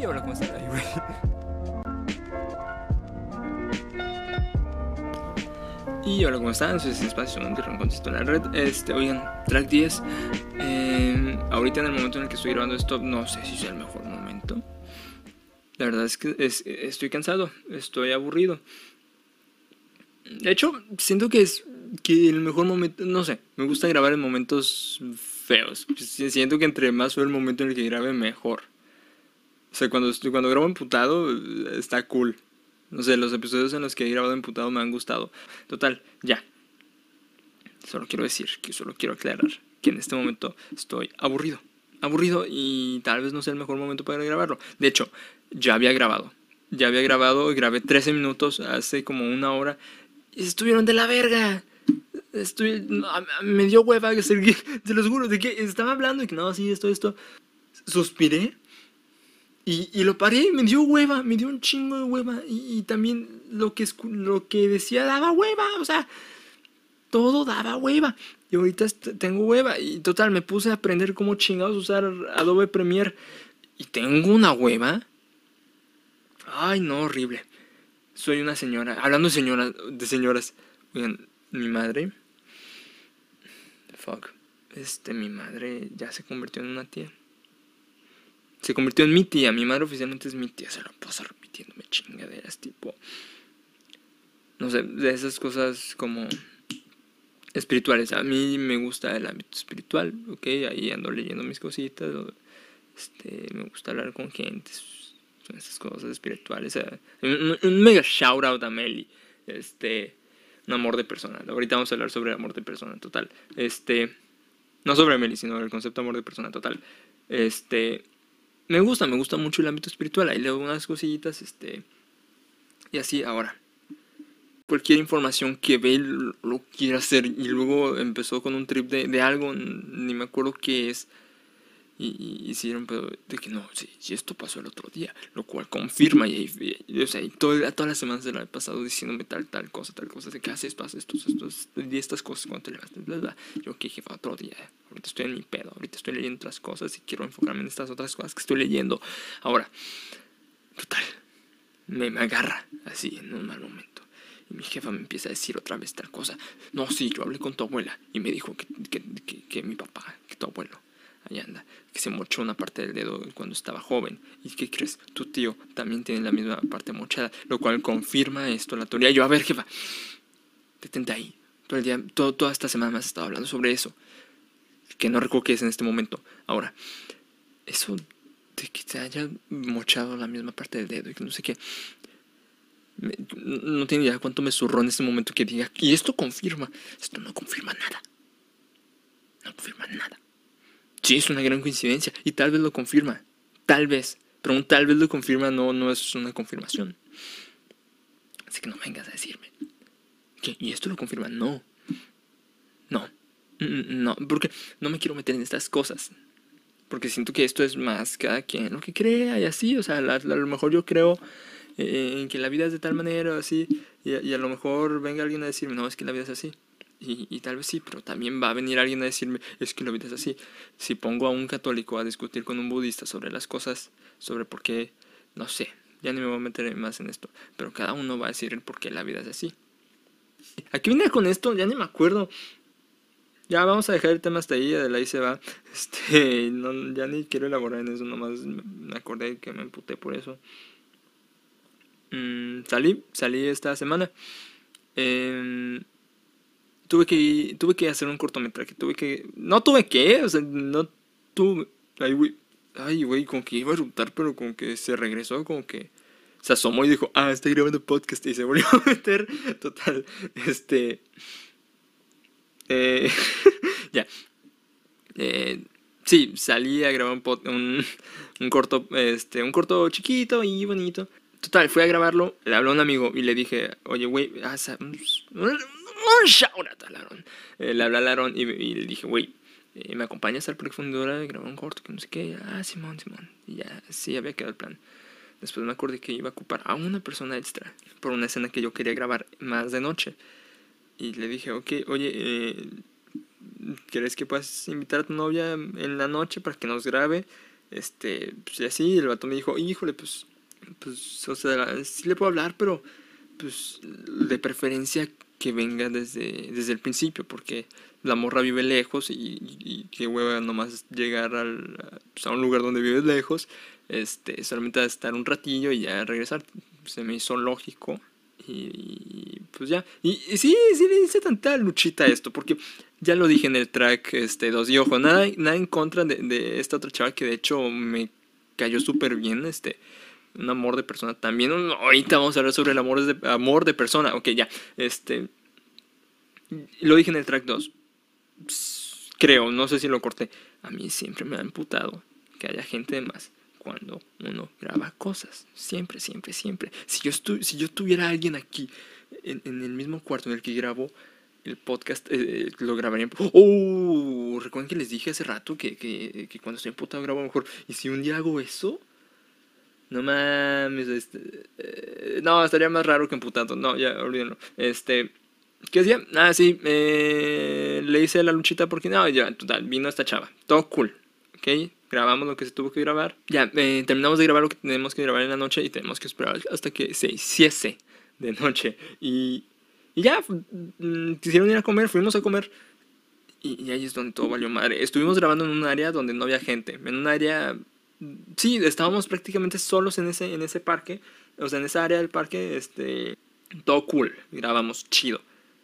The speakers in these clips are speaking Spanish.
Y hola, ¿cómo están? Ay, güey. Y hola, ¿cómo están? Soy Sin Espacio, un terreno consisto en la red. Oigan, track 10. Ahorita en el momento en el que estoy grabando esto, no sé si sea el mejor momento. La verdad es que estoy cansado, estoy aburrido. De hecho, siento que es que el mejor momento, no sé, me gusta grabar en momentos feos. Siento que entre más feo el momento en el que grabe, mejor. O sea, cuando grabo emputado, está cool. No sé, los episodios en los que he grabado emputado me han gustado. Total, ya. Solo quiero aclarar que en este momento estoy aburrido. Aburrido y tal vez no sea el mejor momento para grabarlo. De hecho, ya había grabado. Grabé 13 minutos hace como una hora. Y estuvieron de la verga. Me dio hueva que se los juro, de que estaba hablando y que no, sí, esto. Suspiré y lo paré, me dio hueva, me dio un chingo de hueva. Y también lo que decía daba hueva, o sea, todo daba hueva. Y ahorita tengo hueva. Y total, me puse a aprender cómo chingados usar Adobe Premiere. Y tengo una hueva. Ay, no, horrible. Soy una señora. Hablando de señoras. Oigan, mi madre. Fuck. Mi madre ya se convirtió en una tía. Se convirtió en mi tía. Mi madre oficialmente es mi tía. Se la pasa repitiéndome chingaderas, tipo. No sé, de esas cosas como espirituales. A mí me gusta el ámbito espiritual, ok. Ahí ando leyendo mis cositas. Me gusta hablar con gente. Son esas cosas espirituales. Un mega shout out a Meli. Un amor de persona. Ahorita vamos a hablar sobre el amor de persona, total. No sobre Meli, sino el concepto de amor de persona, total. Me gusta mucho el ámbito espiritual. Ahí leo unas cosillitas, y así, ahora. Cualquier información que ve lo quiere hacer. Y luego empezó con un trip de algo, ni me acuerdo qué es. Y hicieron pedo de que no, sí, esto pasó el otro día, lo cual confirma. O sea, toda la semana se la he pasado diciéndome tal cosa, de que haces esto, y estas cosas cuando te levantas, bla, bla. Yo, que jefa, otro día, ahorita estoy en mi pedo, ahorita estoy leyendo otras cosas y quiero enfocarme en estas otras cosas que estoy leyendo. Ahora, total, me agarra así en un mal momento. Y mi jefa me empieza a decir otra vez tal cosa. No, sí, yo hablé con tu abuela y me dijo que mi papá, que tu abuelo, ahí anda, que se mochó una parte del dedo cuando estaba joven. ¿Y qué crees? Tu tío también tiene la misma parte mochada, lo cual confirma esto, la teoría. Yo, a ver, jefa, detente ahí. Todo el día, toda esta semana me has estado hablando sobre eso, que no recuerdo qué es en este momento. Ahora, eso de que te haya mochado la misma parte del dedo y que no sé qué, no tiene idea cuánto me zurró en este momento que diga, y esto no confirma nada. No confirma nada. Sí, es una gran coincidencia. Y tal vez lo confirma. Tal vez. Pero un tal vez lo confirma no es una confirmación. Así que no vengas a decirme. ¿Qué? ¿Y esto lo confirma? No. No. Porque no me quiero meter en estas cosas. Porque siento que esto es más cada quien lo que crea y así. O sea, a lo mejor yo creo en que la vida es de tal manera o así. Y a lo mejor venga alguien a decirme, no, es que la vida es así. Y tal vez sí, pero también va a venir alguien a decirme, es que la vida es así. Si pongo a un católico a discutir con un budista sobre las cosas, sobre por qué, no sé, ya ni me voy a meter más en esto, pero cada uno va a decir el por qué la vida es así. ¿A qué vine con esto? Ya ni me acuerdo. Ya vamos a dejar el tema hasta ahí, de ahí se va. No, ya ni quiero elaborar en eso, nomás me acordé que me emputé por eso. Salí esta semana. Tuve que hacer un cortometraje. O sea, no tuve. Ay, güey, como que iba a eruptar, pero como que se regresó, como que se asomó y dijo, estoy grabando podcast y se volvió a meter. Total, eh, ya. Sí, salí a grabar un corto, un corto chiquito y bonito. Total, fui a grabarlo, le habló a un amigo y le dije, oye, güey, un shout out al Aaron. Le hablé al Aaron y le dije, güey, ¿me acompañas al profundidor a grabar un corto? Que no sé qué. Simón. Y ya, sí, había quedado el plan. Después me acordé que iba a ocupar a una persona extra por una escena que yo quería grabar más de noche. Y le dije, ok, oye, ¿quieres que puedas invitar a tu novia en la noche para que nos grabe? Pues y así, el vato me dijo, híjole, o sea, sí le puedo hablar, pero pues de preferencia que venga desde el principio, porque la morra vive lejos y qué hueva nomás llegar pues, a un lugar donde vives lejos, solamente a estar un ratillo y ya regresar. Se me hizo lógico pues ya. Y sí, sí le hice tanta luchita a esto, porque ya lo dije en el track 2 y ojo, nada en contra de esta otra chava que de hecho me cayó súper bien, un amor de persona también. Ahorita vamos a hablar sobre el amor de persona. Ok, ya. Lo dije en el track 2. Creo, no sé si lo corté. A mí siempre me ha imputado que haya gente de más cuando uno graba cosas. Siempre, siempre, siempre. Si yo tuviera a alguien aquí en el mismo cuarto en el que grabo el podcast, lo grabaría. Oh, recuerden que les dije hace rato que cuando estoy imputado grabo mejor. Y si un día hago eso, no mames, no, estaría más raro que emputado. No, ya, olvídenlo. ¿Qué decía? Ah, sí, le hice la luchita porque no, ya, total, vino esta chava. Todo cool, ¿ok? Grabamos lo que se tuvo que grabar. Ya, terminamos de grabar lo que tenemos que grabar en la noche y tenemos que esperar hasta que se hiciese de noche. Y ya, quisieron ir a comer, fuimos a comer. Y ahí es donde todo valió madre. Estuvimos grabando en un área donde no había gente. En un área... Sí, estábamos prácticamente solos en ese parque. O sea, en esa área del parque, todo cool. Grabamos chido.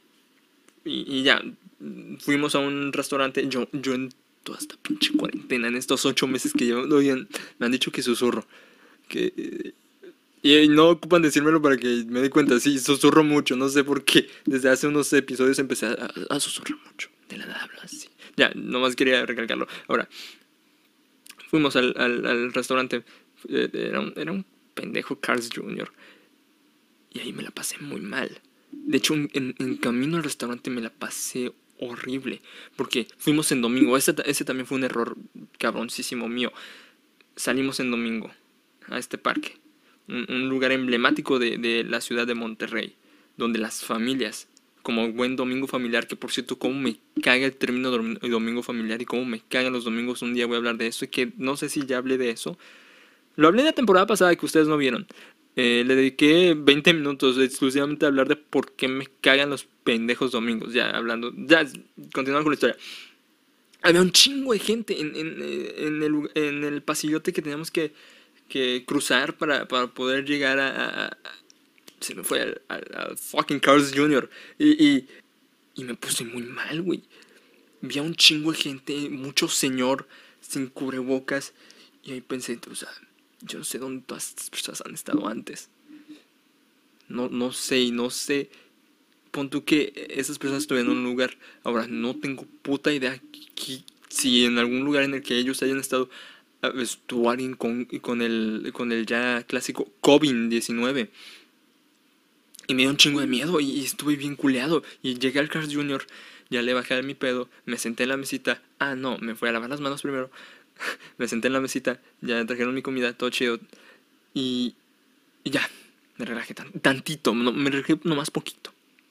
Y ya, fuimos a un restaurante. Yo en toda esta pinche cuarentena, en estos 8 meses que llevo, oigan, me han dicho que susurro. Que... Y no ocupan decírmelo para que me dé cuenta. Sí, susurro mucho, no sé por qué. Desde hace unos episodios empecé a susurrar mucho. De la nada hablo así. Ya, nomás quería recalcarlo. Ahora, fuimos al restaurante. Era un pendejo Carl's Jr. Y ahí me la pasé muy mal. De hecho, en camino al restaurante me la pasé horrible. Porque fuimos en domingo. Ese también fue un error cabroncísimo mío. Salimos en domingo a este parque. Un lugar emblemático de la ciudad de Monterrey. Donde las familias, como buen domingo familiar, que por cierto, cómo me caga el término domingo familiar y cómo me cagan los domingos. Un día voy a hablar de eso y que no sé si ya hablé de eso. Lo hablé en la temporada pasada que ustedes no vieron. Le dediqué 20 minutos exclusivamente a hablar de por qué me cagan los pendejos domingos. Ya hablando, ya continuando con la historia. Había un chingo de gente en el pasillote que teníamos que cruzar para poder llegar se me fue al fucking Carl's Jr. Y me puse muy mal, güey. Vi a un chingo de gente, mucho señor sin cubrebocas. Y ahí pensé, o sea, yo no sé dónde todas estas personas han estado antes. No sé, y no sé. Pon tú que esas personas estuvieran en un lugar. Ahora, no tengo puta idea si en algún lugar en el que ellos hayan estado estuvo alguien con el ya clásico COVID-19. Y me dio un chingo de miedo y estuve bien culeado. Y llegué al Carl's Jr., ya le bajé a mi pedo, me senté en la mesita. Ah, no, me fui a lavar las manos primero. Me senté en la mesita, ya trajeron mi comida, todo chido. Y ya, me relajé tantito, me relajé nomás poquito.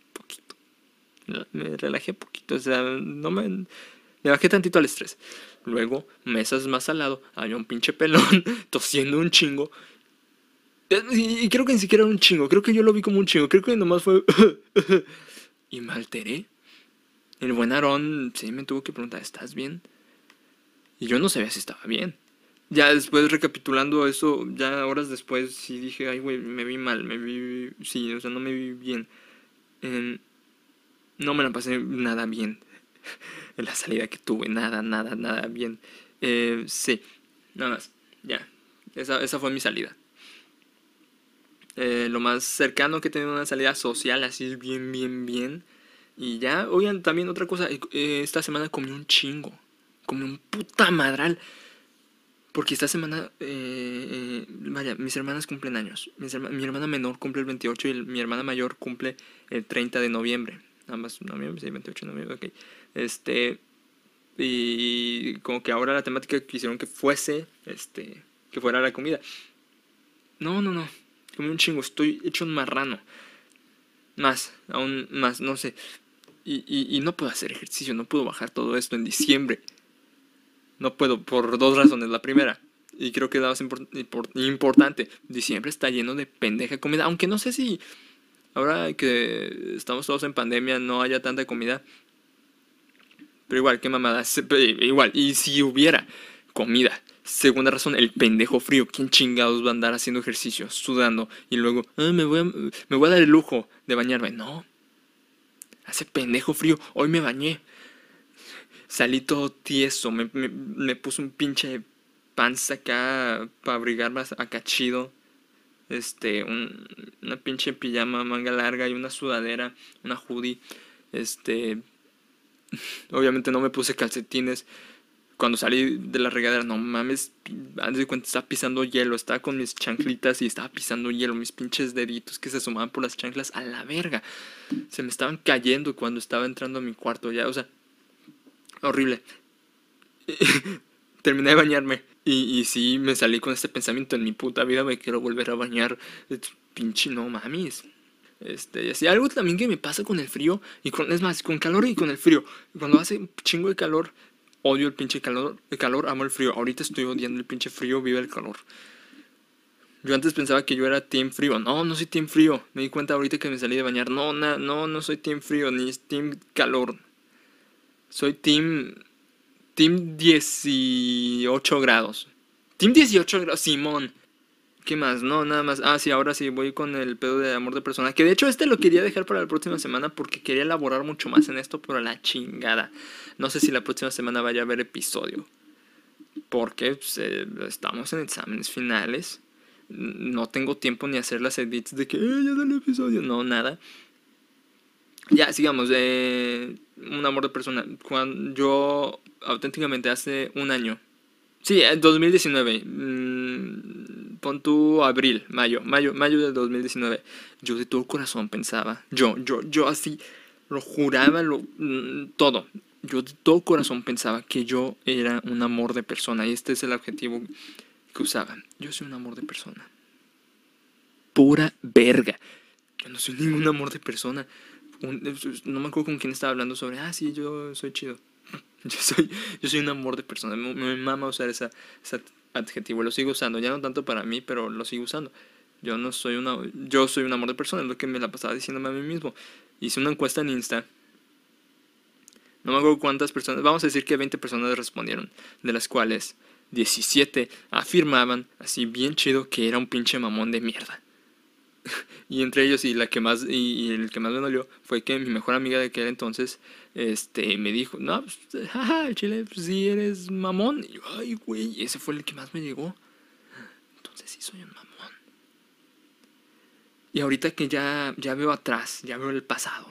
Me relajé poquito, o sea, me bajé tantito al estrés. Luego, mesas más al lado, había un pinche pelón tosiendo un chingo. Y creo que ni siquiera era un chingo, creo que yo lo vi como un chingo, creo que nomás fue... y me alteré. El buen Aarón sí me tuvo que preguntar, ¿estás bien? Y yo no sabía si estaba bien. Ya después recapitulando eso, ya horas después sí dije, ay güey, me vi mal, sí, o sea, no me vi bien. No me la pasé nada bien en la salida que tuve, nada bien. Sí, nada más, ya, esa fue mi salida. Lo más cercano que he tenido una salida social, así bien. Y ya, oigan, también otra cosa, esta semana comí un chingo, comí un puta madral. Porque esta semana, vaya, mis hermanas cumplen años. Mi hermana menor cumple el 28 y mi hermana mayor cumple el 30 de noviembre. Ambas noviembre, sí, 28 de noviembre, ok. Y como que ahora la temática quisieron que fuese, que fuera la comida. No. Comí un chingo, estoy hecho un marrano. Aún más, no sé. Y no puedo hacer ejercicio, no puedo bajar todo esto en diciembre. No puedo, por dos razones. La primera, Y creo que es lo más importante. Diciembre está lleno de pendeja comida. Aunque no sé si ahora que estamos todos en pandemia no haya tanta comida. Pero igual, qué mamada. Igual, y si hubiera comida. Segunda razón, el pendejo frío. ¿Quién chingados va a andar haciendo ejercicio, sudando y luego me voy a dar el lujo de bañarme? No. Hace pendejo frío. Hoy me bañé. Salí todo tieso. Me puse un pinche panza acá para abrigarme acá chido. Una pinche pijama manga larga y una sudadera, una hoodie. Obviamente no me puse calcetines. Cuando salí de la regadera, no mames, haz de cuenta, estaba pisando hielo. Estaba con mis chanclitas y estaba pisando hielo. Mis pinches deditos que se asomaban por las chanclas a la verga. Se me estaban cayendo cuando estaba entrando a mi cuarto ya, o sea, horrible. Terminé de bañarme. Y sí, me salí con este pensamiento: en mi puta vida me quiero volver a bañar. Pinche no mames. Y así, algo también que me pasa con el frío, es más, con calor y con el frío. Cuando hace un chingo de calor, odio el pinche calor. El calor, amo el frío. Ahorita estoy odiando el pinche frío, viva el calor. Yo antes pensaba que yo era team frío. No, no soy team frío. Me di cuenta ahorita que me salí de bañar. No soy team frío, ni team calor. Soy Team 18 grados. Team 18 grados, Simón. ¿Qué más? No, nada más. Ah, sí, ahora sí, voy con el pedo de amor de persona. Que de hecho lo quería dejar para la próxima semana porque quería elaborar mucho más en esto, pero a la chingada. No sé si la próxima semana vaya a haber episodio. Porque pues, estamos en exámenes finales. No tengo tiempo ni hacer las edits de que ya da el episodio. No, nada. Ya, sigamos. Un amor de persona. Cuando yo auténticamente hace un año. Sí, en 2019. Pon tú abril, mayo del 2019. Yo de todo corazón pensaba. Yo así lo juraba, todo. Yo de todo corazón pensaba que yo era un amor de persona. Y este es el adjetivo que usaba. Yo soy un amor de persona. Pura verga. Yo no soy ningún amor de persona. No me acuerdo con quién estaba hablando sobre, sí, yo soy chido. Yo soy un amor de persona. Me mama usar ese adjetivo. Lo sigo usando. Ya no tanto para mí, pero lo sigo usando. Yo soy un amor de persona. Es lo que me la pasaba diciéndome a mí mismo. Hice una encuesta en Insta. No me acuerdo cuántas personas. Vamos a decir que 20 personas respondieron. De las cuales 17 afirmaban, así bien chido, que era un pinche mamón de mierda. Y entre ellos, y el que más me dolió fue que mi mejor amiga de aquel entonces me dijo: no, pues, jaja, Chile, pues sí eres mamón. Y yo, ay, güey, ese fue el que más me llegó. Entonces sí soy un mamón. Y ahorita que ya veo atrás, ya veo el pasado,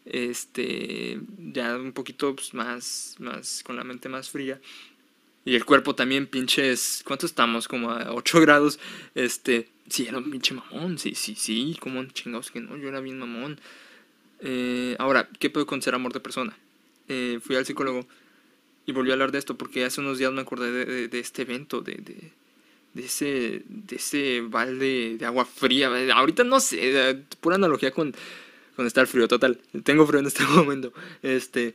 ya un poquito pues, más con la mente más fría. Y el cuerpo también, pinches, ¿cuánto estamos? Como a 8 grados. Sí, era un pinche mamón. Sí, como chingados que no, yo era bien mamón. Ahora, ¿qué puedo con ser amor de persona? Fui al psicólogo y volví a hablar de esto porque hace unos días me acordé de este evento, de ese balde de agua fría. Ahorita no sé, pura analogía con estar frío, total. Tengo frío en este momento. Ese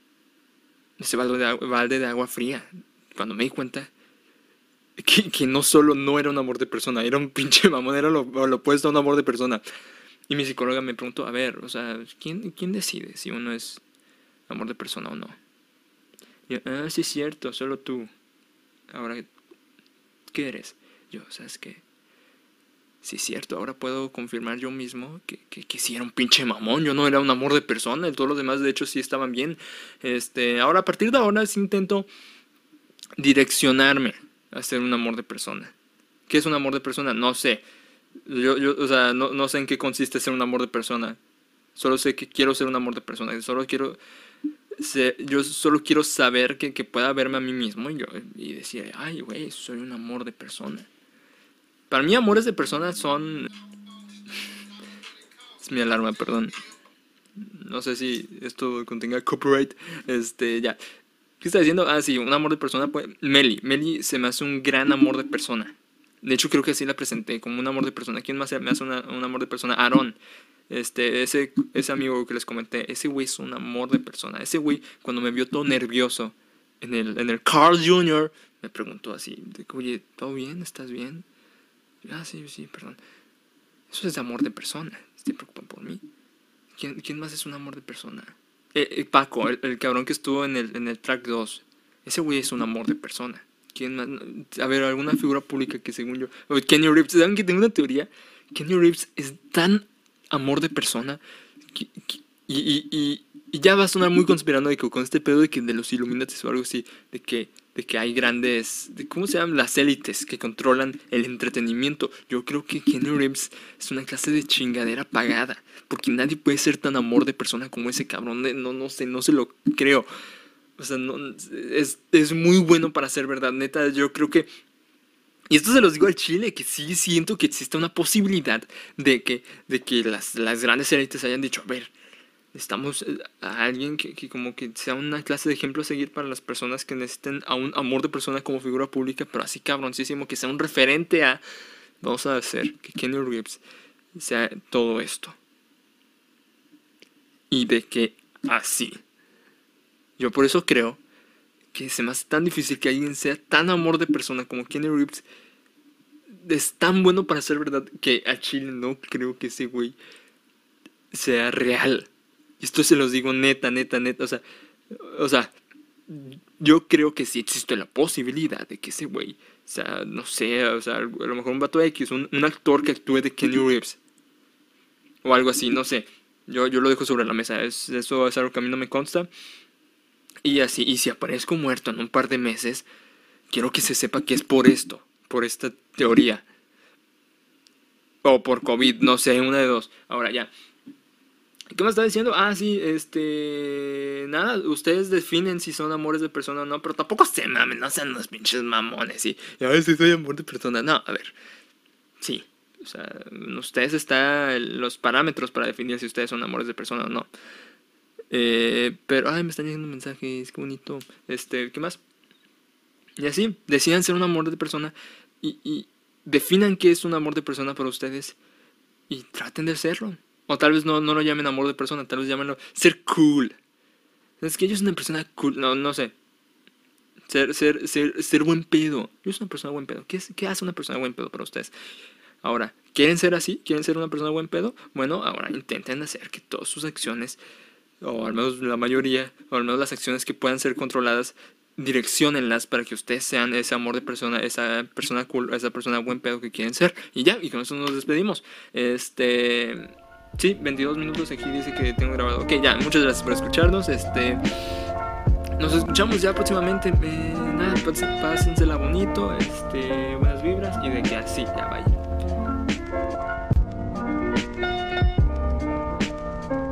balde de agua fría. Cuando me di cuenta que no solo no era un amor de persona, era un pinche mamón, era lo opuesto a un amor de persona. Y mi psicóloga me preguntó: a ver, o sea, ¿quién decide si uno es amor de persona o no? Y yo, sí es cierto, solo tú. Ahora, ¿qué eres? Yo, ¿sabes qué? Sí es cierto, ahora puedo confirmar yo mismo que sí era un pinche mamón. Yo no era un amor de persona, y todos los demás de hecho sí estaban bien. Ahora, a partir de ahora sí intento direccionarme a ser un amor de persona. ¿Qué es un amor de persona? No sé. O sea, no sé en qué consiste ser un amor de persona. Solo sé que quiero ser un amor de persona. Yo solo quiero saber que pueda verme a mí mismo y decir: ay, güey, soy un amor de persona. Para mí, amores de persona son... Es mi alarma, perdón. No sé si esto contenga copyright. Ya. ¿Qué está diciendo? Sí, un amor de persona. Pues, Meli se me hace un gran amor de persona. De hecho, creo que así la presenté, como un amor de persona. ¿Quién más me hace un amor de persona? Aarón. Ese amigo que les comenté. Ese güey es un amor de persona. Ese güey, cuando me vio todo nervioso en el Carl Jr., me preguntó así, de que, oye, ¿todo bien? ¿Estás bien? Sí, perdón. Eso es de amor de persona, se preocupan por mí. ¿Quién más es un amor de persona? Paco, el cabrón que estuvo en el track 2. Ese güey es un amor de persona. ¿Quién más? A ver, alguna figura pública que según yo... Kenny Reeves, ¿saben que tengo una teoría? Kenny Reeves es tan amor de persona y ya va a sonar muy conspirando de que con este pedo de que de los Illuminati o algo así, de que hay grandes, ¿cómo se llaman? Las élites que controlan el entretenimiento. Yo creo que Kenny Reeves es una clase de chingadera pagada, porque nadie puede ser tan amor de persona como ese cabrón. No sé, no se lo creo. O sea, no, es muy bueno para ser verdad, neta. Yo creo que, y esto se los digo al chile, que sí siento que existe una posibilidad de que las grandes élites hayan dicho, a ver, necesitamos a alguien que como que sea una clase de ejemplo a seguir para las personas que necesiten a un amor de persona como figura pública, pero así cabroncísimo, que sea un referente a... Vamos a hacer que Kenny Reeves sea todo esto. Y de que así. Yo por eso creo que se me hace tan difícil que alguien sea tan amor de persona como Kenny Reeves. Es tan bueno para ser verdad que a Chile no creo que ese güey sea real. Esto se los digo neta. O sea, yo creo que sí existe la posibilidad de que ese güey, o sea, no sé, o sea, a lo mejor un vato X, un actor que actúe de Kenny Reeves. O algo así, no sé. Yo lo dejo sobre la mesa. Eso es algo que a mí no me consta. Y así, y si aparezco muerto en un par de meses, quiero que se sepa que es por esto, por esta teoría. O por COVID, no sé, una de dos. Ahora ya. ¿Qué me está diciendo? Sí, nada, ustedes definen si son amores de persona o no, pero tampoco se mamen, no sean unos pinches mamones y a ver si soy amor de persona. No, a ver. Sí. O sea, ustedes están los parámetros para definir si ustedes son amores de persona o no. Pero, me están llegando mensajes, qué bonito. ¿Qué más? Y así, decidan ser un amor de persona y definan qué es un amor de persona para ustedes y traten de serlo. O tal vez no lo llamen amor de persona, tal vez llámenlo ser cool. Es que yo soy una persona cool, no sé. Ser buen pedo. Yo soy una persona buen pedo. ¿Qué hace una persona buen pedo para ustedes? Ahora, ¿quieren ser así? ¿Quieren ser una persona buen pedo? Bueno, ahora intenten hacer que todas sus acciones, o al menos la mayoría, o al menos las acciones que puedan ser controladas, direcciónenlas para que ustedes sean ese amor de persona, esa persona cool, esa persona buen pedo que quieren ser. Y ya, y con eso nos despedimos. Sí, 22 minutos aquí dice que tengo grabado. Ok, ya, muchas gracias por escucharnos. Nos escuchamos ya próximamente. Nada, pásensela bonito. Buenas vibras. Y de que así, ya vaya.